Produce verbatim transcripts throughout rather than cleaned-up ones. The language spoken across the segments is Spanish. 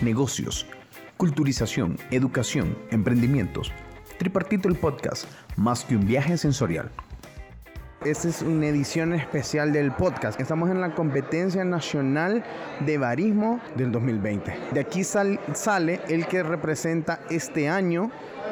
negocios, culturización, educación, emprendimientos. Tripartito el podcast, más que un viaje sensorial. Esta es una edición especial del podcast. Estamos en la competencia nacional de barismo del dos mil veinte. De aquí sal, sale el que representa este año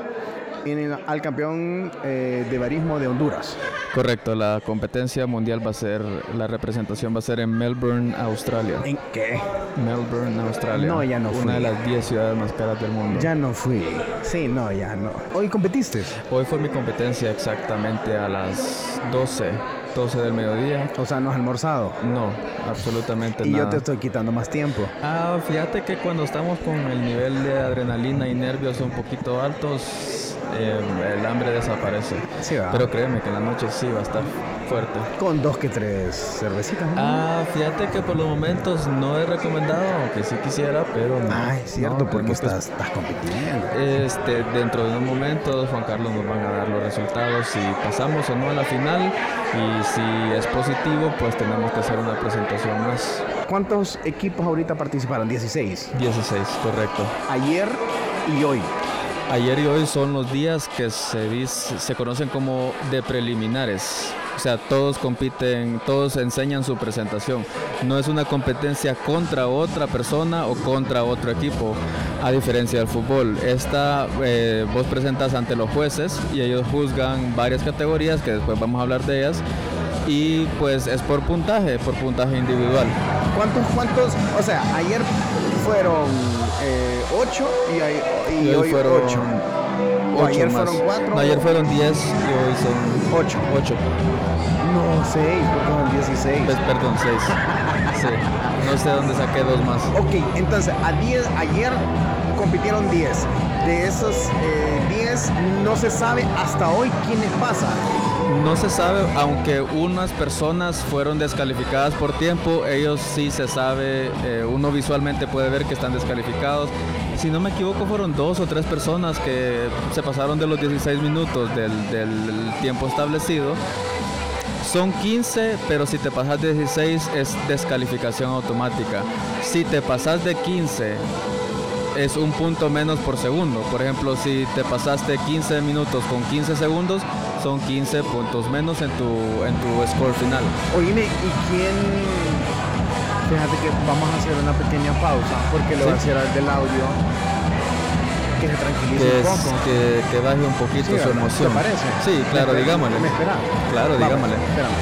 en el, al campeón eh, de barismo de Honduras. Correcto, la competencia mundial va a ser, la representación va a ser en Melbourne, Australia. ¿En qué? Melbourne, Australia. No, ya no fui. Una de las diez ciudades más caras del mundo. Ya no fui. Sí, no, ya no. ¿Hoy competiste? Hoy fue mi competencia exactamente a las doce del mediodía. O sea, ¿no has almorzado? No, absolutamente y nada. Y yo te estoy quitando más tiempo. Ah, fíjate que cuando estamos con el nivel de adrenalina y nervios un poquito altos, eh, el hambre desaparece. Sí, va. Pero créeme que en la noche sí va a estar fuerte. Con dos que tres cervecitas, ¿no? Ah, fíjate que por los momentos no he recomendado, aunque sí quisiera, pero no. Ah, es cierto, no, porque estás, que... estás compitiendo. Este, dentro de unos momentos, Juan Carlos nos van a dar los resultados si pasamos o no a la final, y si es positivo, pues tenemos que hacer una presentación más. ¿Cuántos equipos ahorita participaron? dieciséis. dieciséis, correcto. Ayer y hoy. Ayer y hoy son los días que se, dice, se conocen como de preliminares. O sea, todos compiten, todos enseñan su presentación. No es una competencia contra otra persona o contra otro equipo, a diferencia del fútbol. Esta, eh, vos presentas ante los jueces y ellos juzgan varias categorías, que después vamos a hablar de ellas. Y pues es por puntaje, por puntaje individual. ¿Cuántos, cuántos? O sea, ayer fueron eh, ocho y, hay, y, y hoy, hoy fueron ocho. ¿O ayer más. Fueron cuatro? No, ayer fueron diez y hoy son ocho. ocho. No, seis, porque son dieciséis. Pues, perdón, seis. Sí, no sé dónde saqué dos más. Ok, entonces a diez, ayer compitieron diez. De esos eh, diez no se sabe hasta hoy quiénes pasan. No se sabe, aunque unas personas fueron descalificadas por tiempo, ellos sí se sabe, eh, uno visualmente puede ver que están descalificados. Si no me equivoco, fueron dos o tres personas que se pasaron de los dieciséis minutos del, del tiempo establecido. Son quince, pero si te pasas de dieciséis es descalificación automática. Si te pasas de quince, es un punto menos por segundo. Por ejemplo, si te pasaste quince minutos con quince segundos, son quince puntos menos en tu, en tu score final. Oíme, ¿y quién? Fíjate que vamos a hacer una pequeña pausa, porque le voy a decir al del audio que se tranquilice que un poco. Es, que, que baje un poquito sí, su emoción. ¿Te parece? Sí, claro, ¿Me digámosle. ¿Me esperas? Claro, Vamos, digámosle. Espérame.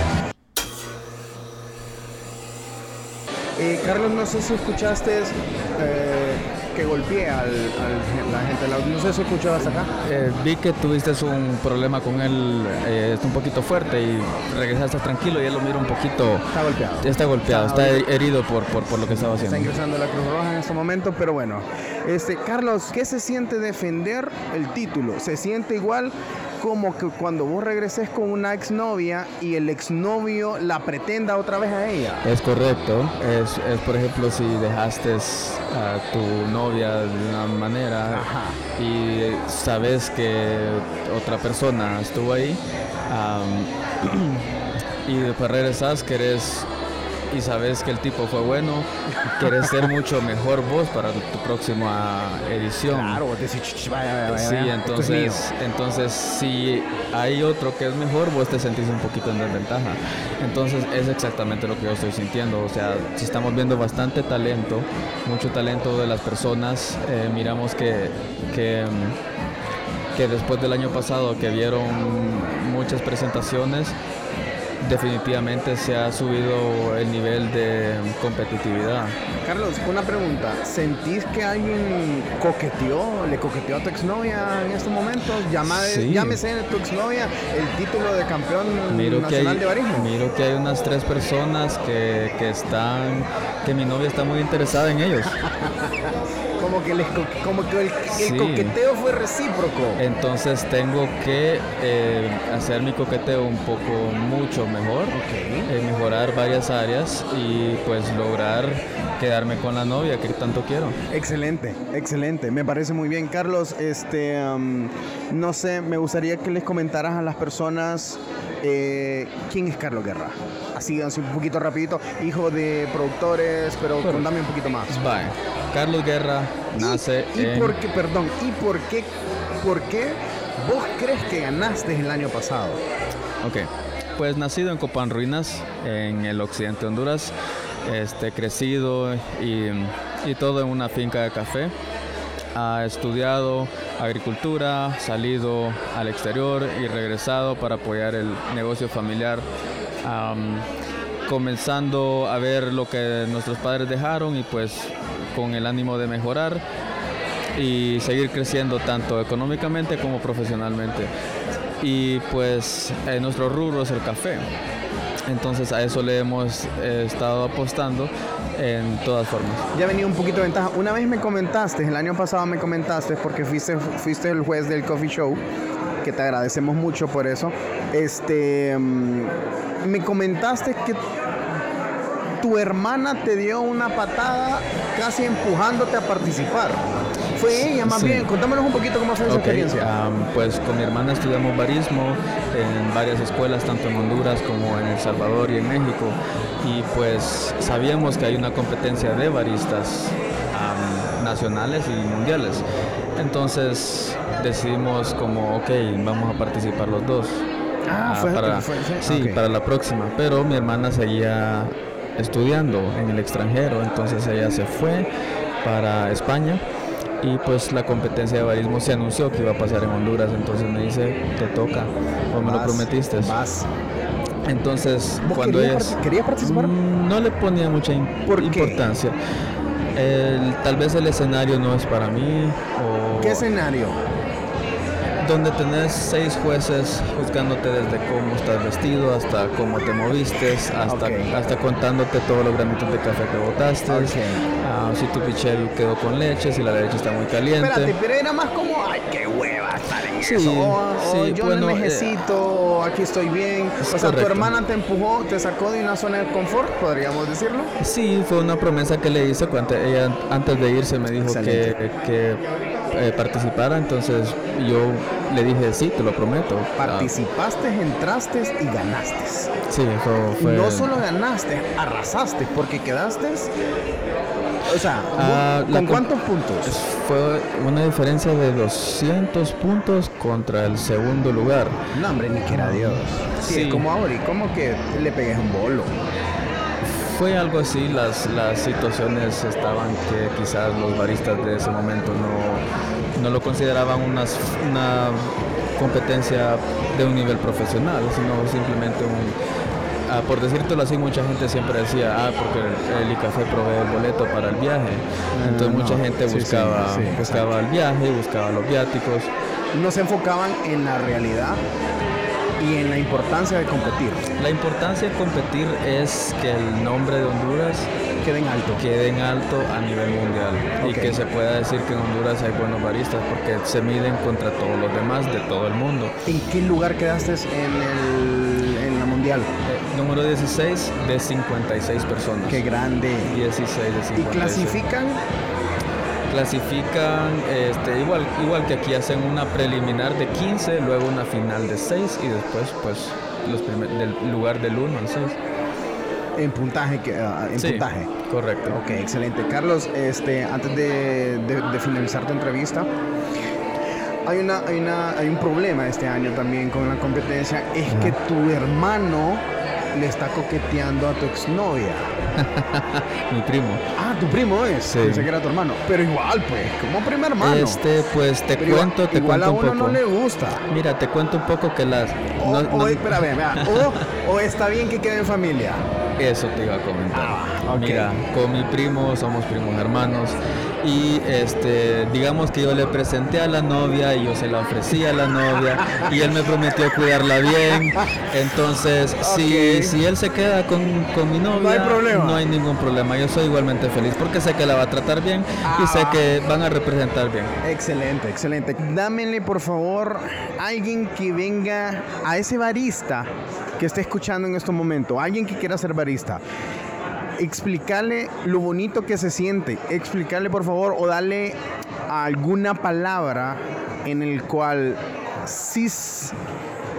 Eh, Carlos, no sé si escuchaste eh, que golpeé al, al la gente del audio. No sé si escuchó hasta acá. Eh, vi que tuviste un problema con él, eh, está un poquito fuerte y regresaste tranquilo y él lo mira un poquito. Está golpeado. Está golpeado, está, está herido por, por, por lo que estaba haciendo. Está ingresando la Cruz Roja en este momento, pero bueno. Este, Carlos, ¿qué se siente defender el título? ¿Se siente igual como que cuando vos regreses con una exnovia y el exnovio la pretenda otra vez a ella? Es correcto. Es, es por ejemplo, si dejaste a tu novia de una manera. Ajá. Y sabes que otra persona estuvo ahí um, y después regresas, querés y sabes que el tipo fue bueno, querés ser mucho mejor vos para tu próxima edición. Claro, vos decís, vaya, vaya, sí, entonces, entonces si hay otro que es mejor, vos te sentís un poquito en desventaja. Entonces es exactamente lo que yo estoy sintiendo. O sea, si estamos viendo bastante talento, mucho talento de las personas, eh, miramos que, que, que después del año pasado que vieron muchas presentaciones, definitivamente se ha subido el nivel de competitividad. Carlos, una pregunta. ¿Sentís que alguien coqueteó, le coqueteó a tu exnovia en estos momentos? Llámame, sí. Llámese a tu exnovia el título de campeón miro nacional hay, de barismo. Miro que hay unas tres personas que, que están, que mi novia está muy interesada en ellos. Como que, les, como que el, el sí. coqueteo fue recíproco. Entonces tengo que eh, hacer mi coqueteo un poco mucho mejor, okay. eh, mejorar varias áreas y pues lograr quedarme con la novia que tanto quiero. Excelente, excelente, me parece muy bien. Carlos, este, um, no sé, me gustaría que les comentaras a las personas Eh, ¿Quién es Carlos Guerra? Así, así un poquito rapidito, hijo de productores, pero Bueno, contame un poquito más. Vale. Carlos Guerra nace ¿Y, y en... por qué, perdón, y por qué, por qué vos crees que ganaste el año pasado? Ok, pues nacido en Copán Ruinas, en el occidente de Honduras, este, crecido y, y todo en una finca de café. Ha estudiado agricultura, salido al exterior y regresado para apoyar el negocio familiar, um, comenzando a ver lo que nuestros padres dejaron y pues con el ánimo de mejorar y seguir creciendo tanto económicamente como profesionalmente. Y pues eh, nuestro rubro es el café, entonces a eso le hemos eh, estado apostando en todas formas. Ya venía un poquito de ventaja. Una vez me comentaste, el año pasado me comentaste, porque fuiste, fuiste el juez del coffee show, que te agradecemos mucho por eso. Este, um, me comentaste que tu hermana te dio una patada casi empujándote a participar. Fue ella más Sí. bien. Contámonos un poquito cómo fue esa Okay, experiencia. um, pues con mi hermana estudiamos barismo en varias escuelas, tanto en Honduras como en El Salvador y en México. Y pues sabíamos que hay una competencia de baristas um, nacionales y mundiales. Entonces decidimos como, ok, vamos a participar los dos. Ah, uh, fue, para, fue, fue, Sí, okay. para la próxima. Pero mi hermana seguía estudiando en el extranjero, entonces ella se fue para España. Y pues la competencia de barismo se anunció que iba a pasar en Honduras, entonces me dice, te toca, o me Vas, lo prometiste. Vas. Entonces, ¿Vos cuando querías, ella... part- ¿Querías participar? Mm, no le ponía mucha in- ¿Por qué? importancia. El- tal vez el escenario no es para mí, o ¿Qué escenario? donde tenés seis jueces juzgándote desde cómo estás vestido hasta cómo te moviste, hasta, Okay. hasta contándote todos los granitos de café que botaste, Okay. ah, si tu pichel quedó con leche, si la leche está muy caliente. Espérate, pero era más como, ay, qué hueva estar en Sí, eso. O, o sí, yo bueno, no necesito, o aquí estoy bien. O sea, correcto. tu hermana te empujó, te sacó de una zona de confort, podríamos decirlo. Sí, fue una promesa que le hice cuando ella antes de irse me dijo que, Excelente. que eh, participara, entonces yo le dije sí, te lo prometo. Ah, Participaste, entraste y ganaste. sí, eso Y fue... no solo ganaste, arrasaste, porque quedaste. O sea, Ah, la ¿con com- cuántos puntos? Fue una diferencia de doscientos puntos contra el segundo lugar. No, hombre, ni que era Dios. Sí, Sí. es como ahora, y como que le pegues un bolo. Fue algo así, las, las situaciones estaban que quizás los baristas de ese momento no, no lo consideraban unas, una competencia de un nivel profesional, sino simplemente un... ah, por decírtelo así, mucha gente siempre decía, ah, porque el, el ICAFE provee el boleto para el viaje. Entonces no. mucha gente Sí, sí, buscaba, sí, buscaba el viaje, buscaba los viáticos. No se enfocaban en la realidad y en la importancia de competir. La importancia de competir es que el nombre de Honduras Queden alto. quede en alto a nivel mundial Ok. y que se pueda decir que en Honduras hay buenos baristas porque se miden contra todos los demás de todo el mundo. ¿En qué lugar quedaste en, el, en la mundial? Eh, número dieciséis de cincuenta y seis personas. Qué grande. dieciséis de ¿Y cincuenta y seis. clasifican? Clasifican este, igual, igual que aquí hacen una preliminar de quince, luego una final de seis y después pues los primer, del lugar del uno al seis. En puntaje, que, ah, en Sí, puntaje. correcto. Ok, excelente. Carlos, este, antes de, de, de finalizar tu entrevista, hay, una, hay, una, hay un problema este año también con la competencia, es Ajá. que tu hermano le está coqueteando a tu exnovia. Mi primo. Ah, tu primo es. Sí. Pensé que era tu hermano. Pero igual, pues, como primer hermano. Este, pues te Pero cuento, igual, te igual cuento a un uno poco. no le gusta. Mira, te cuento un poco que las... O, no- no- o, espérame, vea, o, o está bien que quede en familia. Eso te iba a comentar. Ah, ok. Mira, con mi primo somos primos hermanos y este, digamos que yo le presenté a la novia y yo se la ofrecí a la novia y él me prometió cuidarla bien. Entonces, si, Ok. si él se queda con, con mi novia, No hay problema. no hay ningún problema. Yo soy igualmente feliz porque sé que la va a tratar bien y sé Ah. que van a representar bien. Excelente, excelente. Dámenle, por favor, alguien que venga a ese barista que esté escuchando en este momento, alguien que quiera ser barista. Explicarle lo bonito que se siente. Explicarle, por favor, o darle alguna palabra en el cual sí, s-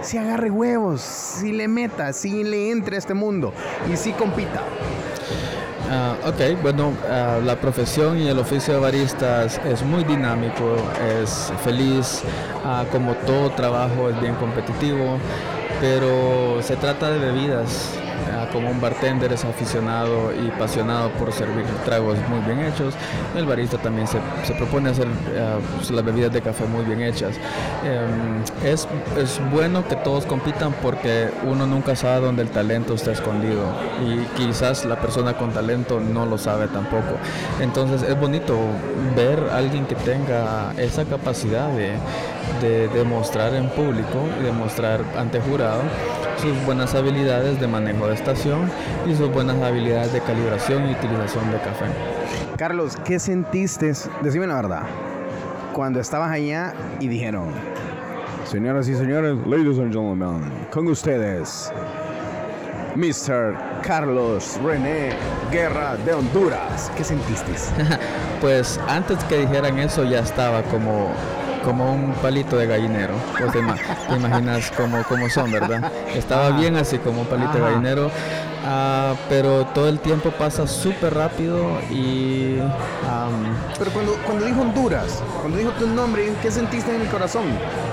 si agarre huevos, si le meta, si le entre a este mundo y si compita? Uh, ok, bueno, uh, la profesión y el oficio de baristas es muy dinámico, es feliz, uh, como todo trabajo es bien competitivo, pero se trata de bebidas. Uh, como un bartender es aficionado y apasionado por servir tragos muy bien hechos, el barista también se, se propone hacer uh, las bebidas de café muy bien hechas. Um, es, es bueno que todos compitan porque uno nunca sabe dónde el talento está escondido y quizás la persona con talento no lo sabe tampoco. Entonces es bonito ver a alguien que tenga esa capacidad de, de demostrar en público y demostrar ante jurado sus buenas habilidades de manejo de estación y sus buenas habilidades de calibración y utilización de café. Carlos, ¿qué sentiste? Decime la verdad. Cuando estabas allá y dijeron, señoras y señores, ladies and gentlemen, con ustedes, mister Carlos René Guerra de Honduras. ¿Qué sentiste? Pues antes que dijeran eso ya estaba como... como un palito de gallinero. Pues te, ima- te imaginas cómo, cómo son, ¿verdad? Estaba Ajá. bien así como un palito Ajá. de gallinero, uh, pero todo el tiempo pasa súper rápido y... Um, pero cuando, cuando dijo Honduras, cuando dijo tu nombre, ¿qué sentiste en el corazón?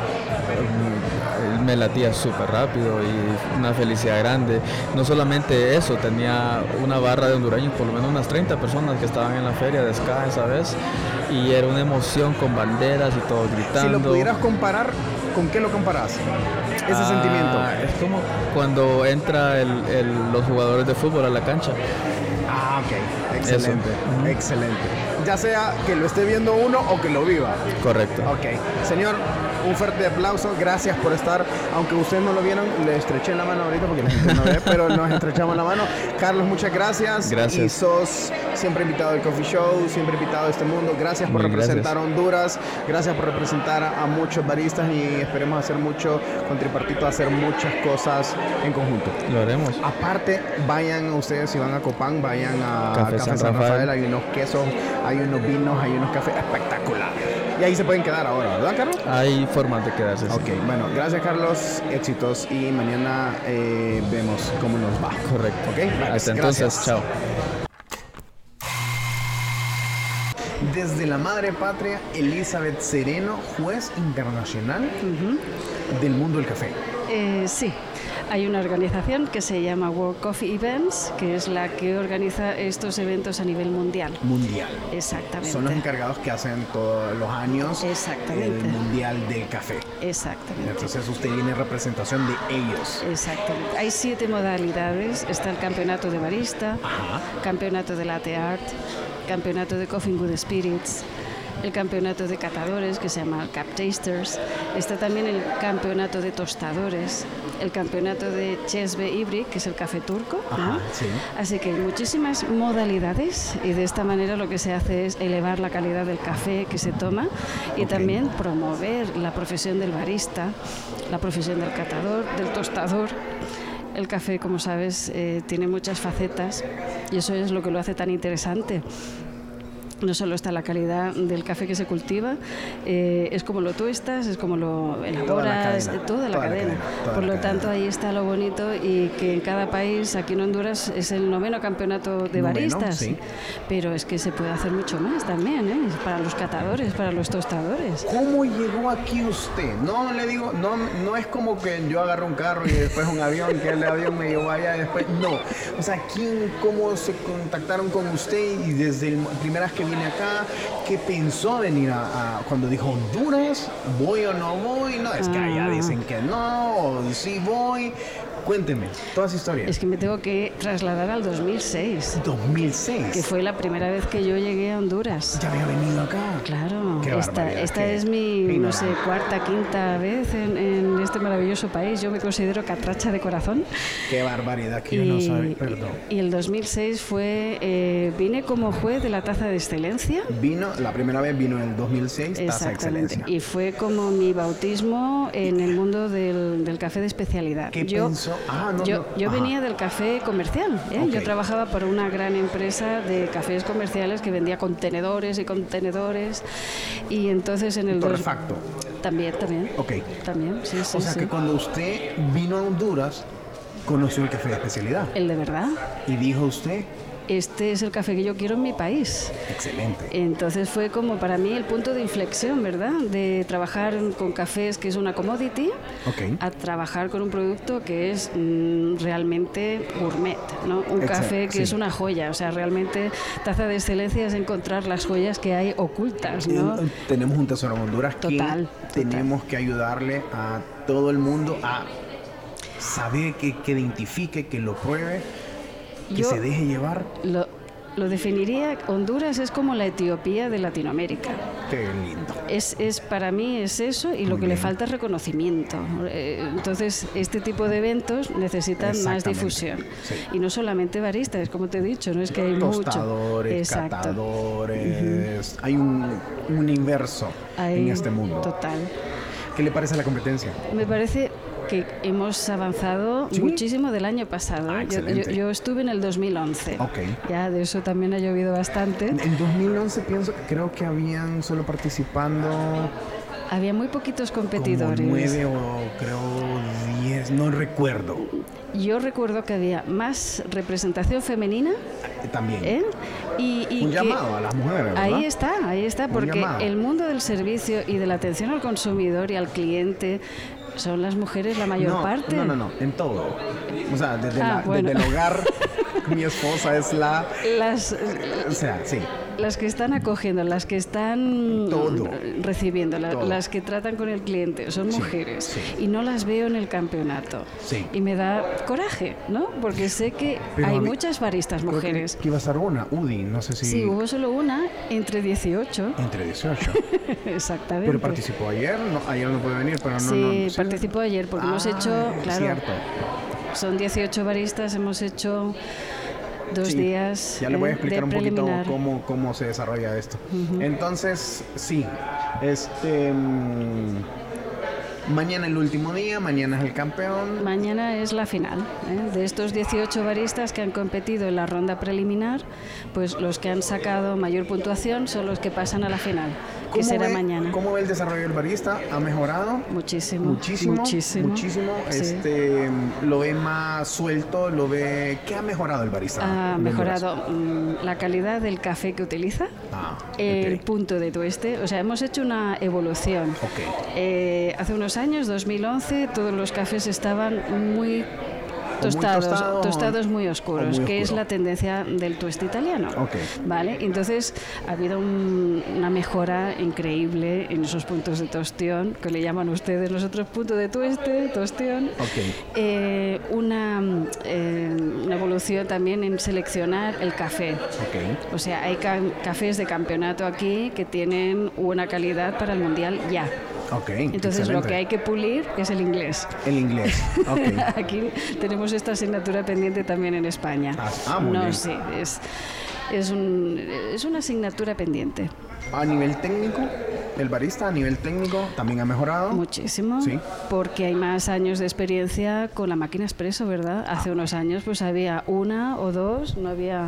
Me latía súper rápido y una felicidad grande. No solamente eso, tenía una barra de hondureños, por lo menos unas treinta personas que estaban en la feria de Ska esa vez, y era una emoción con banderas y todos gritando. Si lo pudieras comparar, ¿con qué lo comparas? Ese ah, sentimiento. Es como cuando entra el, el, los jugadores de fútbol a la cancha. Ah, ok. Excelente, Eso. excelente. Ya sea que lo esté viendo uno o que lo viva. Correcto. Ok. Señor, un fuerte aplauso. Gracias por estar. Aunque ustedes no lo vieron, le estreché la mano ahorita porque la gente no ve, pero nos estrechamos la mano. Carlos, muchas gracias. Gracias. Y sos siempre invitado al Coffee Show, siempre invitado a este mundo. Gracias por Muy representar gracias. a Honduras. Gracias por representar a, a muchos baristas y esperemos hacer mucho con Tripartito, hacer muchas cosas en conjunto. Lo haremos. Aparte, vayan ustedes, si van a Copán, vayan a Café, Café San, San Rafael. Rafael. Hay unos quesos, hay unos vinos, hay unos cafés espectaculares. Y ahí se pueden quedar ahora, ¿verdad, Carlos? Hay formas de quedarse. Ok, sí. Bueno, gracias, Carlos. Éxitos y mañana eh, vemos cómo nos va. Correcto. Ok, Hasta gracias. Entonces, chao. Desde la madre patria, Elizabeth Sereno, juez internacional uh-huh. del mundo del café. Eh, sí. Hay una organización que se llama World Coffee Events, que es la que organiza estos eventos a nivel mundial. Mundial. Exactamente. Son los encargados que hacen todos los años Exactamente. el Mundial del Café. Exactamente. Entonces usted viene en representación de ellos. Exactamente. Hay siete modalidades. Está el campeonato de barista, Ajá. campeonato de latte art, campeonato de coffee and good spirits, el campeonato de catadores, que se llama Cup Tasters. Está también el campeonato de tostadores, el campeonato de Chesbe Ibrik, que es el café turco, ¿no? Ajá, sí. Así que hay muchísimas modalidades y de esta manera lo que se hace es elevar la calidad del café que se toma y okay. también promover la profesión del barista, la profesión del catador, del tostador. El café, como sabes, eh, tiene muchas facetas y eso es lo que lo hace tan interesante. No solo está la calidad del café que se cultiva, eh, es como lo tuestas, es como lo elaboras, toda la cadena. Toda la toda cadena. La cadena toda Por la lo tanto, cadena. Ahí está lo bonito y que en cada país, aquí en Honduras, es el noveno campeonato de noveno, baristas. Sí. Pero es que se puede hacer mucho más también, ¿eh? Para los catadores, para los tostadores. ¿Cómo llegó aquí usted? No le digo, no, no es como que yo agarro un carro y después un avión, que el avión me llevó allá y después, no. O sea, ¿quién, cómo se contactaron con usted y desde la primera vez que vine acá? ¿Qué pensó venir a, a cuando dijo Honduras? ¿Voy o no voy? No, es que allá dicen que no, o sí voy. Cuénteme, toda esa historia. Es que me tengo que trasladar al dos mil seis. ¿dos mil seis? Que fue la primera vez que yo llegué a Honduras. ¿Ya había venido acá? Claro. Qué esta esta qué, es mi, qué no sé, cuarta, quinta vez en, en este maravilloso país. Yo me considero catracha de corazón. Qué barbaridad, que y, yo no sabía, perdón. Y el dos mil seis fue, eh, vine como juez de la Taza de Excelencia. Vino, la primera vez vino en el dos mil seis, Taza de Excelencia. Y fue como mi bautismo en el mundo del, del café de especialidad. ¿Qué yo, pensó? Ah, no, yo, no. Yo Ajá. venía del café comercial, ¿eh? Okay. Yo trabajaba para una gran empresa de cafés comerciales que vendía contenedores y contenedores y entonces en el... Torrefacto. Dos... También, también. Ok. También, sí, sí. O sea sí. que cuando usted vino a Honduras, conoció el café de especialidad. El de verdad. Y dijo usted, Este es el café que yo quiero en mi país. excelente. Entonces fue como para mí el punto de inflexión, ¿verdad? De trabajar con cafés, que es una commodity, Ok. a trabajar con un producto que es mm, realmente gourmet, ¿no? Un Exacto, café que sí. es una joya, o sea, realmente taza de excelencia es encontrar las joyas que hay ocultas, ¿no? Eh, Tenemos un tesoro en Honduras Total, que total. tenemos que ayudarle a todo el mundo a saber que, que identifique, que lo pruebe, que Yo- se deje llevar. Lo, lo definiría, Honduras es como la Etiopía de Latinoamérica. Qué lindo. Es, es para mí es eso y lo Muy que le bien. falta es reconocimiento. Eh, Entonces, este tipo de eventos necesitan más Exactamente, difusión. sí. Y no solamente baristas, como te he dicho, no es que hay Tostadores, mucho. Exacto. catadores, hay un un universo Hay- en este mundo. Total. ¿Qué le parece la competencia? Me parece que hemos avanzado ¿Sí? muchísimo del año pasado. Ah, yo, excelente. yo- yo estuve en el dos mil once. Ok. Ya de eso también ha llovido bastante. En, en dos mil once pienso que creo que habían solo participando Había muy poquitos como competidores. nueve o creo diez, no recuerdo. Yo recuerdo que había más representación femenina, Eh, También. ¿eh? Y, y Un que- llamado a las mujeres, ¿verdad? Ahí está, ahí está, Un porque llamado. el mundo del servicio y de la atención al consumidor y al cliente son las mujeres la mayor no, parte. No, no, no, en todo. O sea, desde, Ah, la- bueno. desde el hogar, mi esposa es la... Las, O sea, sí. las que están acogiendo, las que están Todo. recibiendo, la- Todo. las que tratan con el cliente, son Sí, mujeres. sí. Y no las veo en el campeonato. Sí. Y me da coraje, ¿no? Porque sé que Pero hay habí- muchas baristas Creo que- mujeres. Que, iba a estar una, Udi, no sé si... Sí, hubo solo una entre dieciocho. Entre dieciocho. Exactamente. Pero participó ayer, no, ayer no puede venir, pero no... Sí, no, participó ayer porque hemos Ah, hecho, es claro, cierto. son dieciocho baristas, hemos hecho dos Sí, días Ya le voy a eh, explicar de un poquito preliminar. cómo, cómo se desarrolla esto. Entonces, sí, este... mm, mañana el último día, mañana es el campeón. Mañana es la final. ¿eh? De estos dieciocho baristas que han competido en la ronda preliminar, pues los que han sacado mayor puntuación son los que pasan a la final, que ¿Cómo será ve- mañana. ¿Cómo ve el desarrollo del barista? ¿Ha mejorado? Muchísimo, Muchísimo, muchísimo. muchísimo. Sí. Este, lo ve más suelto, lo ve... ¿Qué ha mejorado el barista? Ha en Honduras? mejorado mm, la calidad del café que utiliza, Ah, el ok. punto de tueste, o sea, hemos hecho una evolución. Ok. Eh, hace unos años, dos mil once, todos los cafés estaban muy tostados, tostado o- tostados muy o oscuros, muy que es oscuro. la tendencia del tueste italiano. Ok. Vale, entonces ha habido un- una mejora increíble en esos puntos de tostión, que le llaman ustedes nosotros punto de tueste, tostión. Ok. Eh, una, eh, una evolución también en seleccionar el café. Ok. O sea, hay ca- cafés de campeonato aquí que tienen una calidad para el mundial ya. Ok. Entonces lo excelente. que hay que pulir es el inglés. El inglés. Ok. Aquí tenemos esta asignatura pendiente también en España. Ah, ah, muy no, bien. sí, es, es, un, es una asignatura pendiente. A nivel técnico, el barista a nivel técnico también ha mejorado. Muchísimo, Sí. porque hay más años de experiencia con la máquina expreso, ¿verdad? Hace unos años pues había una o dos, no había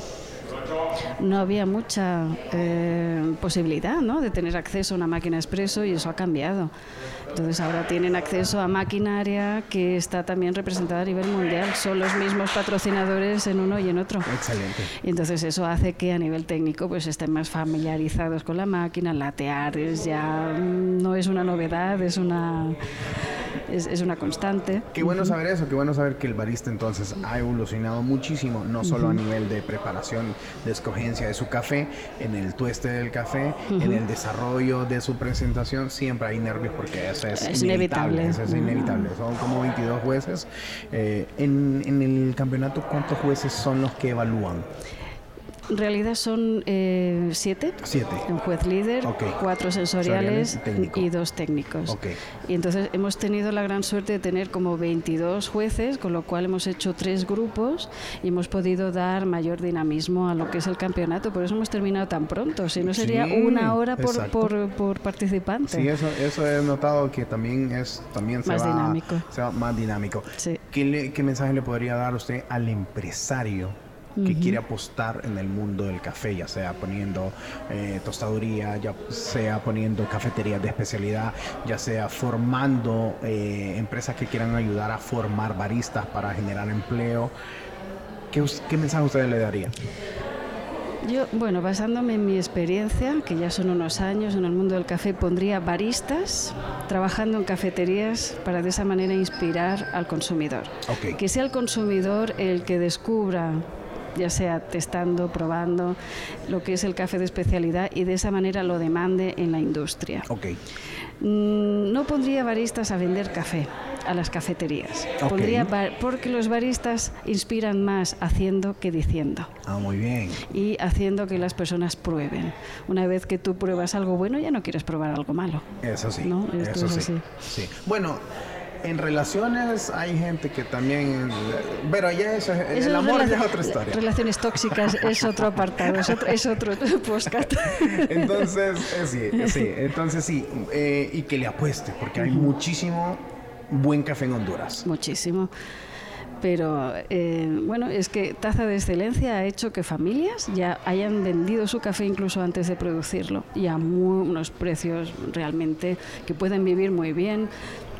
no había mucha eh, posibilidad, ¿no?, de tener acceso a una máquina expreso, y eso ha cambiado. Entonces ahora tienen acceso a maquinaria que está también representada a nivel mundial, son los mismos patrocinadores en uno y en otro. Excelente. Y entonces eso hace que a nivel técnico pues estén más familiarizados con la máquina. Latear es ya mm, no es una novedad, es una es, es una constante. Qué bueno saber eso, qué bueno saber que el barista entonces ha evolucionado muchísimo, no solo a nivel de preparación, de escogencia de su café, en el tueste del café, en el desarrollo de su presentación. Siempre hay nervios porque eso es, Es inevitable. inevitable. Eso es inevitable. Son como veintidós jueces. Eh, en, en el campeonato, ¿cuántos jueces son los que evalúan? En realidad son eh, siete. Siete. Un juez líder, Ok. cuatro sensoriales Sensoriales, técnico. y dos técnicos. Ok. Y entonces hemos tenido la gran suerte de tener como veintidós jueces, con lo cual hemos hecho tres grupos y hemos podido dar mayor dinamismo a lo que es el campeonato. Por eso hemos terminado tan pronto. Si no sería Sí, una hora por, exacto. por, por participante. Sí, eso, eso he notado que también es también se Más va, dinámico. se va más dinámico. Sí. ¿Qué, le- ¿Qué mensaje le podría dar usted al empresario que Ujú. quiere apostar en el mundo del café, ya sea poniendo eh, tostaduría, ya sea poniendo cafeterías de especialidad, ya sea formando eh, empresas que quieran ayudar a formar baristas para generar empleo, ¿qué, us- qué mensaje ustedes le darían? Yo, bueno, basándome en mi experiencia, que ya son unos años en el mundo del café, pondría baristas trabajando en cafeterías para de esa manera inspirar al consumidor. Ok. Que sea el consumidor el que descubra, ya sea testando, probando, lo que es el café de especialidad y de esa manera lo demande en la industria. Ok. Mm, No pondría baristas a vender café a las cafeterías. Ok. Pondría ba- porque los baristas inspiran más haciendo que diciendo. Ah, muy bien. Y haciendo que las personas prueben. Una vez que tú pruebas algo bueno, ya no quieres probar algo malo. Eso sí. No, esto eso es sí. así. Sí. Bueno, en relaciones hay gente que también, pero ya eso es, Eso el es amor ya relaci- es otra historia. Relaciones tóxicas es otro apartado, es otro, es otro podcast. Entonces, eh, sí, sí, entonces sí, eh, y que le apueste, porque hay muchísimo buen café en Honduras. Muchísimo. Pero eh, bueno, es que Taza de Excelencia ha hecho que familias ya hayan vendido su café incluso antes de producirlo y a muy, unos precios realmente que pueden vivir muy bien.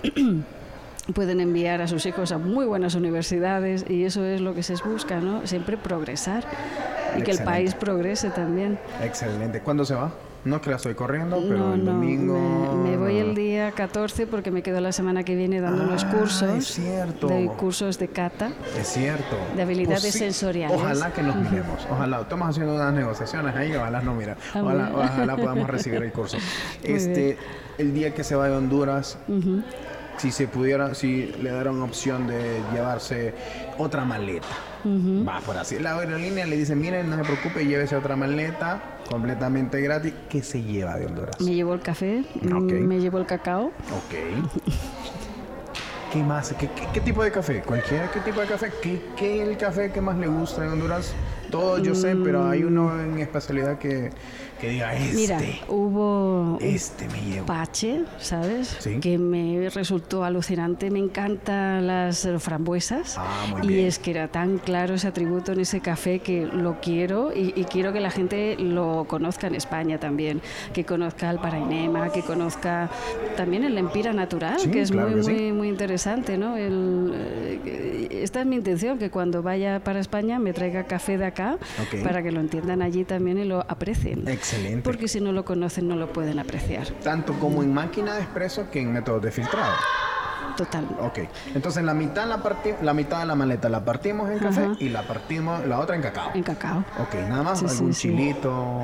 Pueden enviar a sus hijos a muy buenas universidades y eso es lo que se busca, ¿no? Siempre progresar y que el Excelente. país progrese también. Excelente. ¿Cuándo se va? No que la estoy corriendo, pero No, el no, domingo. me, me voy el día catorce porque me quedo la semana que viene dando unos Ah, cursos, es cierto. de cursos de cata. Es cierto. De habilidades Pues sí, sensoriales. Ojalá que nos miremos. Ojalá. Estamos haciendo unas negociaciones ahí, ojalá no mira. Ah, Ojalá, muy bien. ojalá podamos recibir el curso. Muy Este, bien. el día que se vaya a Honduras, Ujú. si se pudiera, si le dieran opción de llevarse otra maleta. Va por así. La aerolínea le dice, miren, no se preocupe, llévese otra maleta completamente gratis. ¿Qué se lleva de Honduras? Me llevo el café, mm, Ok. me llevo el cacao. Ok. ¿Qué más? ¿Qué, qué, qué tipo de café? ¿Cualquiera? ¿Qué tipo de café? ¿Qué, qué es el café que más le gusta en Honduras? Todo yo sé, pero hay uno en especialidad que, que diga, este, Mira, hubo un este me llevo. pache, ¿sabes? Sí. Que me resultó alucinante. Me encantan las eh, frambuesas. Ah, muy y bien. es que era tan claro ese atributo en ese café que lo quiero y, y quiero que la gente lo conozca en España también. Que conozca el Parainema, que conozca también el Empira Natural, Sí, que es claro muy, que sí. muy, muy interesante, ¿no? El, eh, esta es mi intención, que cuando vaya para España me traiga café de acá Ok. para que lo entiendan allí también y lo aprecien. Excelente. Porque si no lo conocen no lo pueden apreciar. Tanto como en máquina de expreso que en métodos de filtrado. Total. Ok. Entonces la mitad la parti- la mitad de la maleta la partimos en café Ajá. y la partimos la otra en cacao. En cacao. Ok, nada más Sí, algún sí, sí. chilito,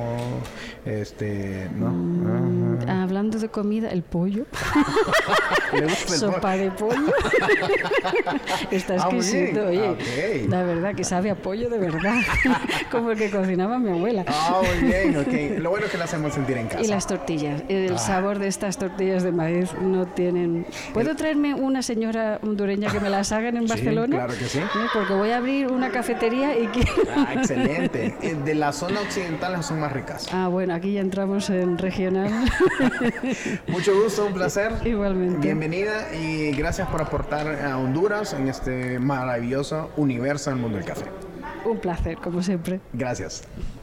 este, ¿no? Mm, Ajá. hablando de comida, el pollo. ¿Le gusta el Sopa pollo? de pollo. Está Ah, muy exquisito, bien. oye. Ok. La verdad que sabe a pollo de verdad. Como el que cocinaba mi abuela. Ah, muy bien, ok. Lo bueno es que la hacemos sentir en casa. Y las tortillas. El Ah. sabor de estas tortillas de maíz no tienen. ¿Puedo traerme una señora hondureña que me las hagan en Sí, Barcelona? claro que sí. ¿Eh? Porque voy a abrir una cafetería y quiero. Ah, excelente. Eh, De la zona occidental las son más ricas. Ah, bueno, aquí ya entramos en regional. Mucho gusto, un placer. Igualmente. Bienvenida y gracias por aportar a Honduras en este maravilloso universo del mundo del café. Un placer, como siempre. Gracias.